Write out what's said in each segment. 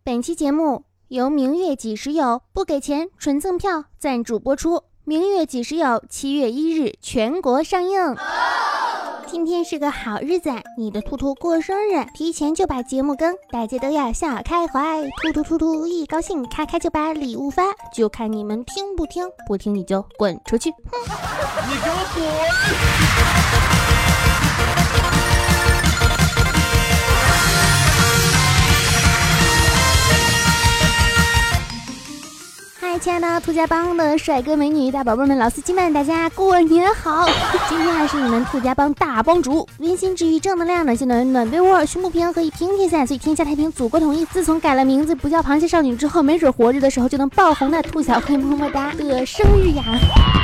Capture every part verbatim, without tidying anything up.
本期节目由明月几时有不给钱纯赠票赞助播出。明月几时有七月一日全国上映。今天是个好日子，你的兔兔过生日，提前就把节目更，大家都要笑开怀，兔兔兔兔一高兴，咔咔就把礼物发，就看你们听不听，不听你就滚出去。哼， 你给我滚！ 嗨，亲爱的兔家帮的帅哥美女大宝贝们老司机们，大家过年好！今天还是你们兔家帮大帮主，温馨治愈正能量，暖心暖暖被窝，胸不平和以平天下，所以天下太平，祖国统一。自从改了名字不叫螃蟹少女之后，没准活着的时候就能爆红的兔小慧么么哒的生日呀！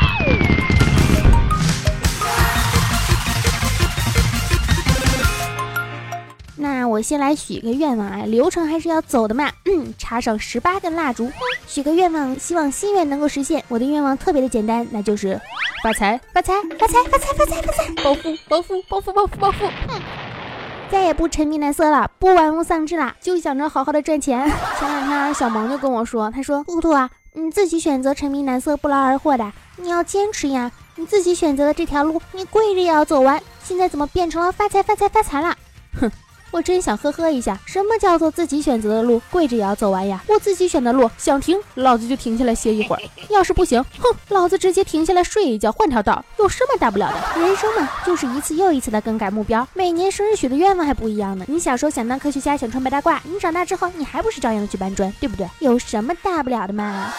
那我先来许个愿望啊，流程还是要走的嘛。嗯，插上十八根蜡烛，许个愿望，希望心愿能够实现。我的愿望特别的简单，那就是发财发财发财发财发财发财，暴富暴富暴富暴富暴富。嗯，再也不沉迷蓝色了，不玩物丧志了，就想着好好的赚钱。前两天小萌就跟我说，他说兔兔啊，你自己选择沉迷蓝色不劳而获的，你要坚持呀，你自己选择的这条路，你跪着也要走完。现在怎么变成了发财发财发财了？哼，我真想呵呵一下，什么叫做自己选择的路跪着也要走完呀？我自己选的路，想停老子就停下来歇一会儿，要是不行，哼，老子直接停下来睡一觉换条道，有什么大不了的？人生嘛，就是一次又一次的更改目标，每年生日许的愿望还不一样呢。你小时候想当科学家，想穿白大褂，你长大之后你还不是照样的去搬砖，对不对？有什么大不了的嘛？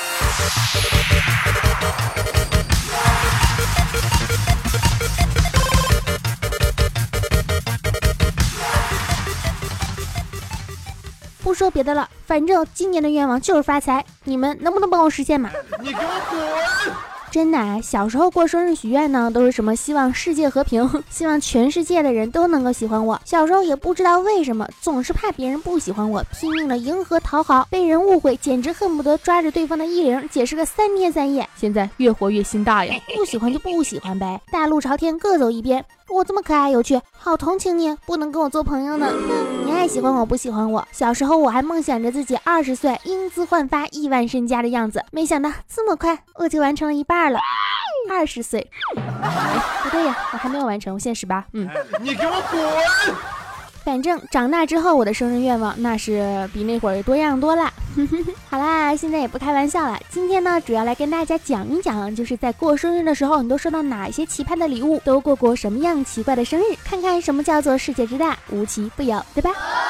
不说别的了，反正今年的愿望就是发财，你们能不能帮我实现嘛？ 你给我滚！ 真的啊，小时候过生日许愿呢，都是什么希望世界和平，希望全世界的人都能够喜欢我。小时候也不知道为什么，总是怕别人不喜欢我，拼命的迎合讨好，被人误会，简直恨不得抓着对方的衣领解释个三天三夜。现在越活越心大呀，不喜欢就不喜欢呗，大路朝天各走一边。我这么可爱有趣，好同情你，不能跟我做朋友呢。哼，你爱喜欢我不喜欢我。小时候我还梦想着自己二十岁英姿焕发亿万身家的样子，没想到这么快我就完成了一半了。二十岁，哎，不对呀，我还没有完成，我现在十八。嗯， 你给我滚！ 反正长大之后我的生日愿望那是比那会儿多样多了。好啦，现在也不开玩笑了，今天呢主要来跟大家讲一讲，就是在过生日的时候你都收到哪些奇葩的礼物，都过过什么样奇怪的生日，看看什么叫做世界之大无奇不有，对吧？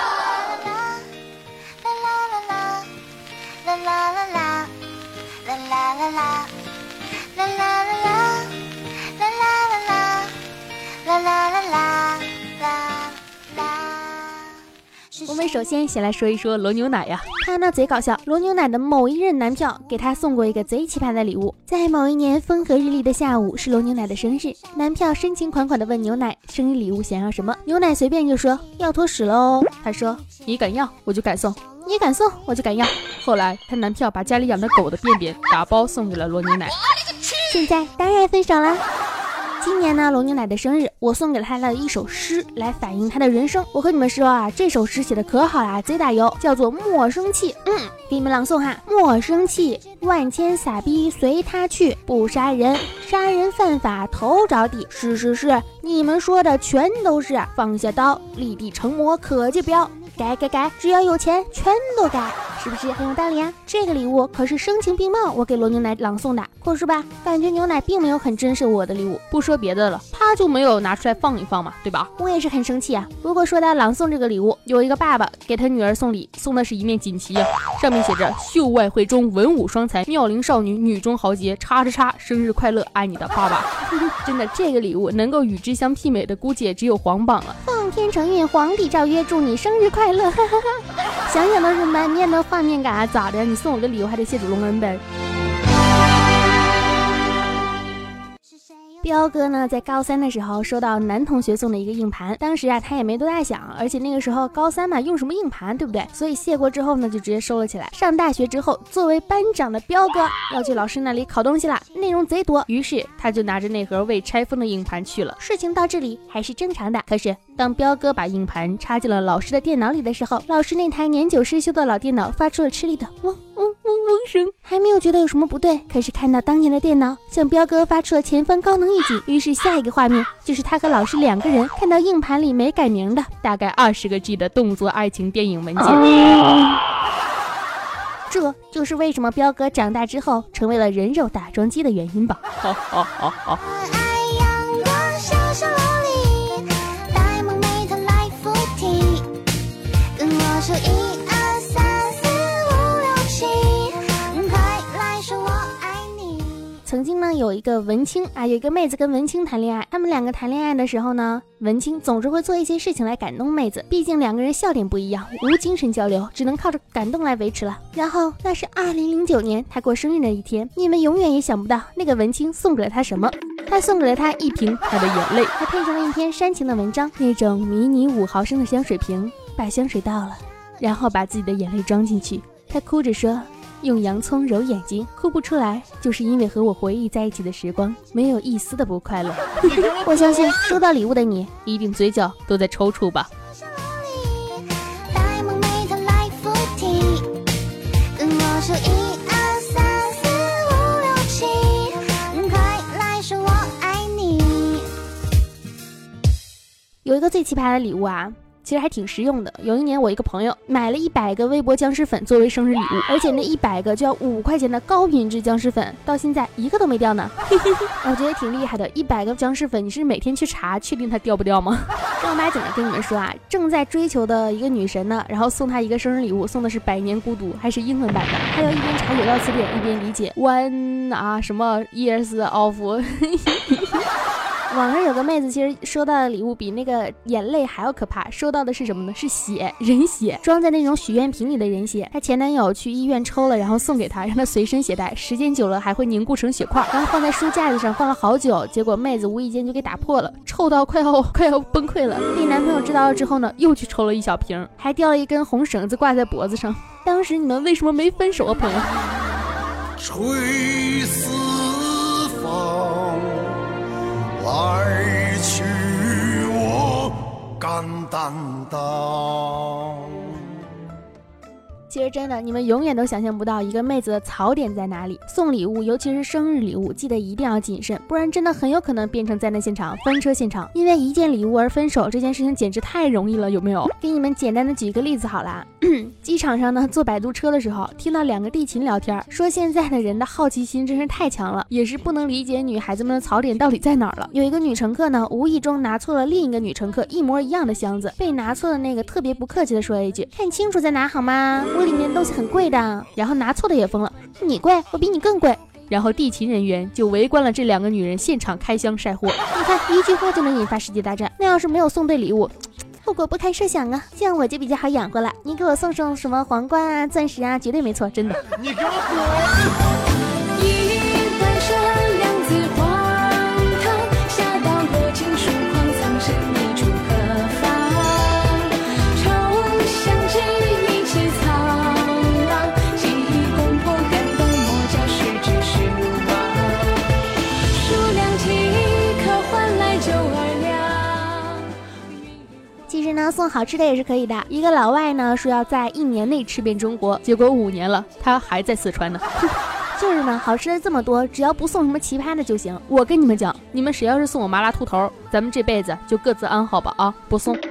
我们首先先来说一说罗牛奶呀，他呢贼搞笑。罗牛奶的某一任男票给他送过一个贼奇葩的礼物。在某一年风和日丽的下午，是罗牛奶的生日，男票深情款款地问牛奶生日礼物想要什么，牛奶随便就说要坨屎了哦。他说你敢要我就敢送，你敢送我就敢要。后来他男票把家里养的狗的便便打包送给了罗牛奶，现在当然分手了。今年呢，罗牛奶的生日，我送给他了一首诗来反映他的人生。我和你们说啊，这首诗写的可好啦，贼打油，叫做莫生气。嗯，给你们朗诵哈。莫生气，万千傻逼随他去，不杀人，杀人犯法头着地。是是是，你们说的全都是，放下刀，立地成魔可见标。改改改，只要有钱全都改，是不是很有道理啊？这个礼物可是声情并茂，我给罗牛奶朗诵的，可是吧，感觉牛奶并没有很珍视我的礼物。不说别的了，他就没有拿出来放一放嘛，对吧？我也是很生气啊。如果说到朗诵这个礼物，有一个爸爸给他女儿送礼，送的是一面锦旗啊，上面写着秀外慧中，文武双才，妙龄少女，女中豪杰，叉叉叉，生日快乐，爱你的爸爸。真的，这个礼物能够与之相媲美的，估计也只有皇榜了。奉天承运，皇帝诏曰，祝你生日快乐。想想都是满面的画面感啊，咋的？你送我个礼物还得谢主隆恩呗。 彪哥呢，在高三的时候收到男同学送的一个硬盘，当时啊他也没多大想，而且那个时候高三嘛，用什么硬盘，对不对？所以谢过之后呢，就直接收了起来。上大学之后，作为班长的彪哥要去老师那里考东西了，内容贼多，于是他就拿着那盒未拆封的硬盘去了。事情到这里还是正常的，可是当彪哥把硬盘插进了老师的电脑里的时候，老师那台年久失修的老电脑发出了吃力的嗡嗡嗡嗡声，还没有觉得有什么不对，可是看到当年的电脑向彪哥发出了前方高能预警，于是下一个画面就是他和老师两个人看到硬盘里没改名的大概二十个 G 的动作爱情电影文件。这就是为什么彪哥长大之后成为了人肉打桩机的原因吧。好好好好。曾经呢，有一个文青啊，有一个妹子跟文青谈恋爱，他们两个谈恋爱的时候呢，文青总是会做一些事情来感动妹子，毕竟两个人笑点不一样，无精神交流，只能靠着感动来维持了。然后那是二零零九年他过生日的一天，你们永远也想不到那个文青送给了他什么，他送给了他一瓶他的眼泪，还配上了一篇煽情的文章，那种迷你五毫升的香水瓶，把香水倒了，然后把自己的眼泪装进去，他哭着说，用洋葱揉眼睛，哭不出来，就是因为和我回忆在一起的时光没有一丝的不快乐。我相信收到礼物的你一定嘴角都在抽搐吧。有一个最奇葩的礼物啊，其实还挺实用的。有一年我一个朋友买了一百个微博僵尸粉作为生日礼物，而且那一百个就要五块钱的高品质僵尸粉，到现在一个都没掉呢。我觉得挺厉害的，一百个僵尸粉你是每天去查确定它掉不掉吗？正儿八经的跟你们说啊，正在追求的一个女神呢，然后送她一个生日礼物，送的是百年孤独，还是英文版的，还要一边查有道词典一边理解 one 啊什么 years of 网上有个妹子，其实收到的礼物比那个眼泪还要可怕，收到的是什么呢？是血，人血，装在那种许愿瓶里的人血。她前男友去医院抽了，然后送给她，让她随身携带，时间久了还会凝固成血块，然后放在书架子上放了好久，结果妹子无意间就给打破了，臭到快要快要崩溃了。被男朋友知道了之后呢，又去抽了一小瓶，还掉了一根红绳子挂在脖子上。当时你们为什么没分手啊，朋友？ 吹四方来去我敢担当。 其实真的，你们永远都想象不到一个妹子的槽点在哪里。送礼物，尤其是生日礼物，记得一定要谨慎，不然真的很有可能变成灾难现场、翻车现场。因为一件礼物而分手这件事情简直太容易了，有没有？给你们简单的举一个例子好啦。机场上呢，坐摆渡车的时候，听到两个地勤聊天，说现在的人的好奇心真是太强了，也是不能理解女孩子们的槽点到底在哪儿了。有一个女乘客呢，无意中拿错了另一个女乘客一模一样的箱子，被拿错的那个特别不客气的说了一句：“看清楚再拿好吗？我里面的东西很贵的。”然后拿错的也疯了：“你贵，我比你更贵。”然后地勤人员就围观了这两个女人现场开箱晒货。你看，一句话就能引发世界大战。那要是没有送对礼物，后果不堪设想啊！这样我就比较好养活了。你给我送上什么皇冠啊、钻石啊，绝对没错，真的。 你给我滚！ 一半山两字荒唐，下到若情疏狂，苍生一处何方？重相知一起苍狼，记忆攻破感动莫教失之失望。数量即可换来九二两。 其实呢，送好吃的也是可以的。一个老外呢说要在一年内吃遍中国，结果五年了，他还在四川呢。就是呢，好吃的这么多，只要不送什么奇葩的就行。我跟你们讲，你们谁要是送我麻辣兔头，咱们这辈子就各自安好吧啊！不送。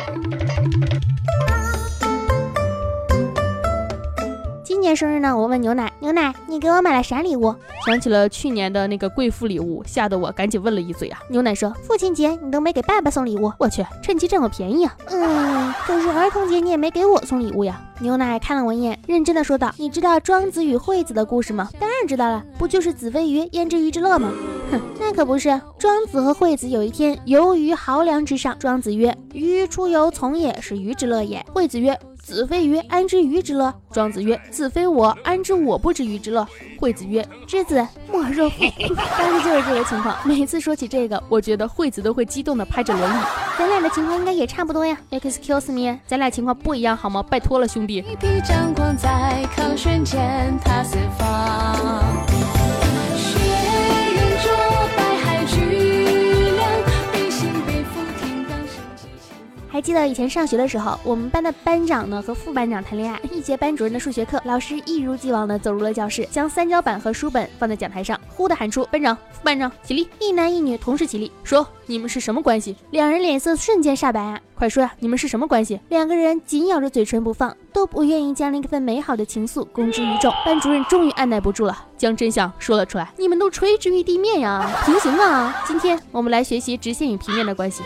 今年生日呢，我问牛奶，牛奶，你给我买了啥礼物？想起了去年的那个贵妇礼物，吓得我赶紧问了一嘴啊。牛奶说，父亲节你都没给爸爸送礼物，我去，趁机占我便宜啊。嗯，可是儿童节你也没给我送礼物呀。牛奶看了我一眼，认真的说道，你知道庄子与惠子的故事吗？当然知道了，不就是子非鱼焉知鱼之乐吗？哼，那可不是。庄子和惠子有一天游于濠梁之上，庄子曰，鱼出游从也，是鱼之乐也。惠子曰， 子非鱼，安知鱼之乐？庄子曰：子非我，安知我不知鱼之乐？惠子曰：知子莫若父。当时就是这个情况。每次说起这个，我觉得惠子都会激动的拍着轮椅。咱俩的情况应该也差不多呀。Excuse me， 咱俩情况不一样好吗？拜托了，兄弟。 一匹张狂在抗瞬间踏四方，血染着白海巨量，背心背负天罡升级前锋。 还记得以前上学的时候，我们班的班长呢和副班长谈恋爱，一节班主任的数学课，老师一如既往的走入了教室，将三角板和书本放在讲台上，忽的喊出：班长、副班长起立！一男一女同时起立，说：你们是什么关系？两人脸色瞬间煞白啊！快说呀、啊，你们是什么关系？两个人紧咬着嘴唇不放，都不愿意将那份美好的情愫公之于众。班主任终于按耐不住了，将真相说了出来：你们都垂直于地面呀，平行啊！今天我们来学习直线与平面的关系。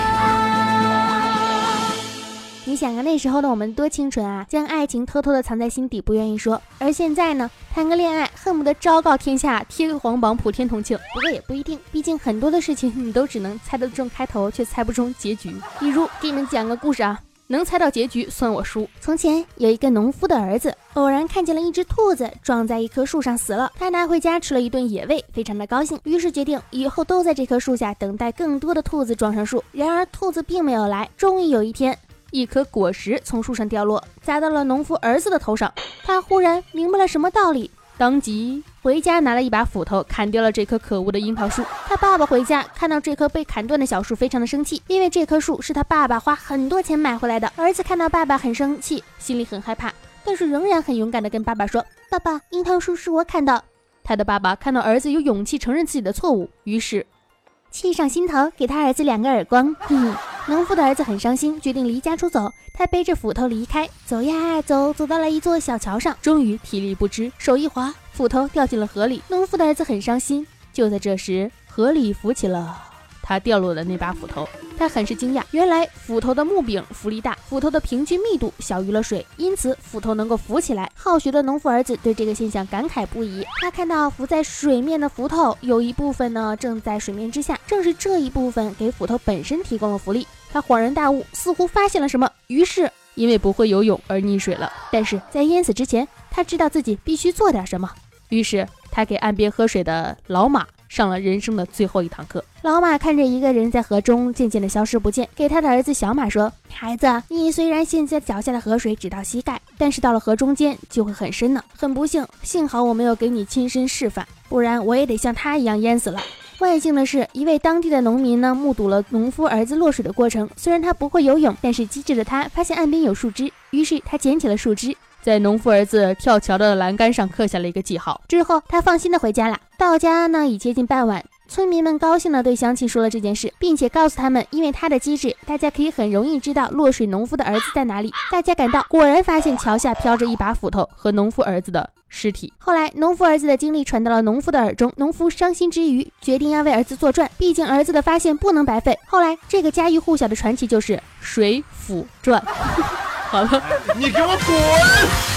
你想啊，那时候的我们多清纯啊，将爱情偷偷的藏在心底，不愿意说。而现在呢，谈个恋爱恨不得昭告天下，贴个黄榜，普天同庆。不过也不一定，毕竟很多的事情你都只能猜得中开头，却猜不中结局。比如给你们讲个故事啊，能猜到结局算我输。从前有一个农夫的儿子，偶然看见了一只兔子撞在一棵树上死了，他拿回家吃了一顿野味，非常的高兴，于是决定以后都在这棵树下等待更多的兔子撞上树。然而兔子并没有来，终于有一天，一颗果实从树上掉落，砸到了农夫儿子的头上。他忽然明白了什么道理，当即回家拿了一把斧头砍掉了这棵可恶的樱桃树。他爸爸回家看到这棵被砍断的小树，非常的生气，因为这棵树是他爸爸花很多钱买回来的。儿子看到爸爸很生气，心里很害怕，但是仍然很勇敢的跟爸爸说：爸爸，樱桃树是我砍的。他的爸爸看到儿子有勇气承认自己的错误，于是气上心头，给他儿子两个耳光。哼，农夫的儿子很伤心，决定离家出走。他背着斧头离开，走呀走，走到了一座小桥上，终于体力不支，手一滑，斧头掉进了河里。农夫的儿子很伤心。就在这时，河里浮起了他掉落的那把斧头。他很是惊讶，原来斧头的木柄浮力大，斧头的平均密度小于了水，因此斧头能够浮起来。好学的农夫儿子对这个现象感慨不已。他看到浮在水面的斧头有一部分呢正在水面之下，正是这一部分给斧头本身提供了浮力。他恍然大悟，似乎发现了什么，于是因为不会游泳而溺水了。但是在淹死之前，他知道自己必须做点什么，于是他给岸边喝水的老马上了人生的最后一堂课。老马看着一个人在河中渐渐的消失不见，给他的儿子小马说：孩子，你虽然现在脚下的河水只到膝盖，但是到了河中间就会很深呢。很不幸，幸好我没有给你亲身示范，不然我也得像他一样淹死了。万幸的是，一位当地的农民呢，目睹了农夫儿子落水的过程。虽然他不会游泳，但是机智的他发现岸边有树枝，于是他捡起了树枝，在农夫儿子跳桥的栏杆上刻下了一个记号。之后他放心的回家了。到家呢已接近傍晚，村民们高兴地对乡亲说了这件事，并且告诉他们，因为他的机智，大家可以很容易知道落水农夫的儿子在哪里。大家赶到，果然发现桥下飘着一把斧头和农夫儿子的尸体。后来农夫儿子的经历传到了农夫的耳中，农夫伤心之余决定要为儿子作传，毕竟儿子的发现不能白费。后来这个家喻户晓的传奇就是水浒传。好了， 你给我滚！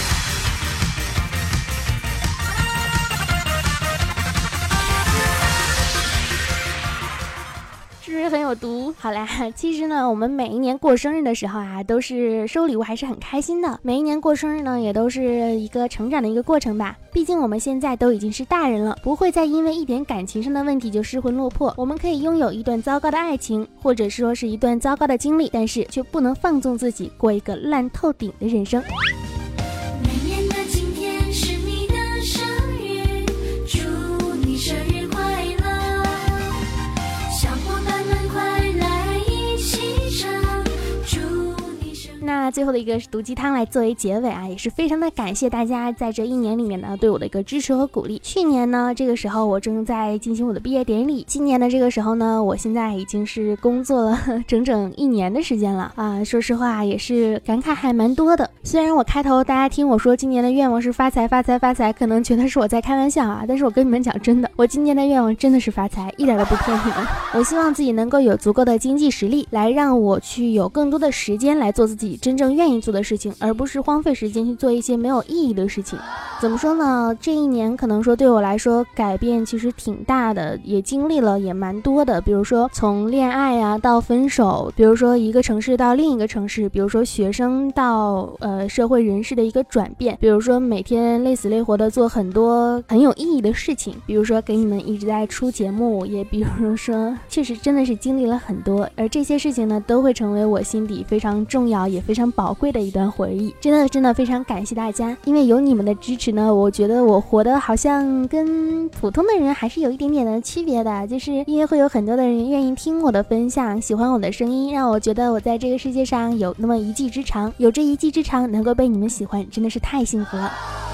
是不是很有毒？好啦，其实呢，我们每一年过生日的时候啊，都是收礼物还是很开心的。每一年过生日呢，也都是一个成长的一个过程吧。毕竟我们现在都已经是大人了，不会再因为一点感情上的问题就失魂落魄。我们可以拥有一段糟糕的爱情，或者说是一段糟糕的经历，但是却不能放纵自己过一个烂透顶的人生。 每年的今天是你的生日，祝你生日快乐，小伙伴们快来一起唱，祝你生日。 那最后的一个毒鸡汤来作为结尾啊，也是非常的感谢大家在这一年里面呢对我的一个支持和鼓励。去年呢这个时候我正在进行我的毕业典礼，今年的这个时候呢我现在已经是工作了整整一年的时间了啊，说实话也是感慨还蛮多的。虽然我开头大家听我说今年的愿望是发财发财发财，可能觉得是我在开玩笑啊，但是我跟你们讲真的，我今年的愿望真的是发财，一点都不骗你们。我希望自己能够有足够的经济实力来让我去有更多的时间来做自己真正正愿意做的事情，而不是荒废时间去做一些没有意义的事情。怎么说呢，这一年可能说对我来说改变其实挺大的，也经历了也蛮多的，比如说从恋爱啊到分手，比如说一个城市到另一个城市，比如说学生到呃社会人士的一个转变，比如说每天累死累活的做很多很有意义的事情，比如说给你们一直在出节目，也比如说确实真的是经历了很多，而这些事情呢都会成为我心底非常重要也非常宝贵的一段回忆。真的真的非常感谢大家，因为有你们的支持呢，我觉得我活得好像跟普通的人还是有一点点的区别的，就是因为会有很多的人愿意听我的分享，喜欢我的声音，让我觉得我在这个世界上有那么一技之长，有这一技之长能够被你们喜欢，真的是太幸福了。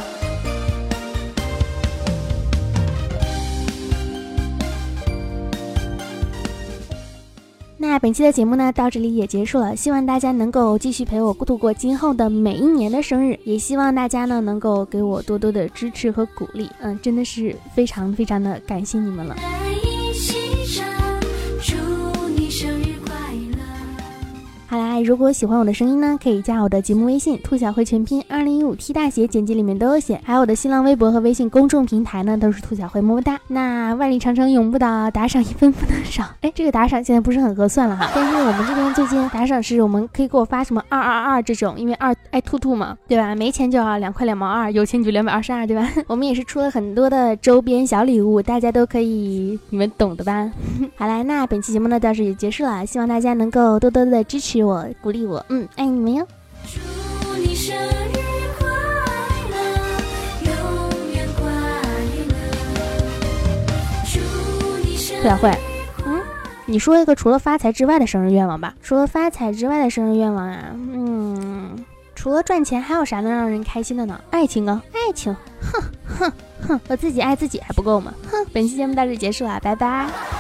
那本期的节目呢到这里也结束了，希望大家能够继续陪我度过今后的每一年的生日，也希望大家呢能够给我多多的支持和鼓励，嗯，真的是非常非常的感谢你们了。好啦，如果喜欢我的声音呢，可以加我的节目微信兔小慧全拼二零一五 T 大写，简介里面都有写，还有我的新浪微博和微信公众平台呢都是兔小慧，么么哒。那万里长城永不倒，打赏一分不能少。哎，这个打赏现在不是很合算了哈，但是我们这边最近打赏是我们可以给我发什么二二二这种，因为二爱兔兔嘛，对吧？没钱就要两块两毛二，有钱就两百二十二，对吧？我们也是出了很多的周边小礼物，大家都可以，你们懂的吧？好啦，那本期节目呢到这里结束了，希望大家能够多多的支持我，鼓励我，嗯，爱你们哟。祝你生日快乐，永远快乐。祝你生日快乐。慧，嗯，你说一个除了发财之外的生日愿望吧。除了发财之外的生日愿望啊，嗯，除了赚钱还有啥能让人开心的呢？爱情啊，爱情，哼哼哼，我自己爱自己还不够吗？哼，本期节目到这里结束了，拜拜。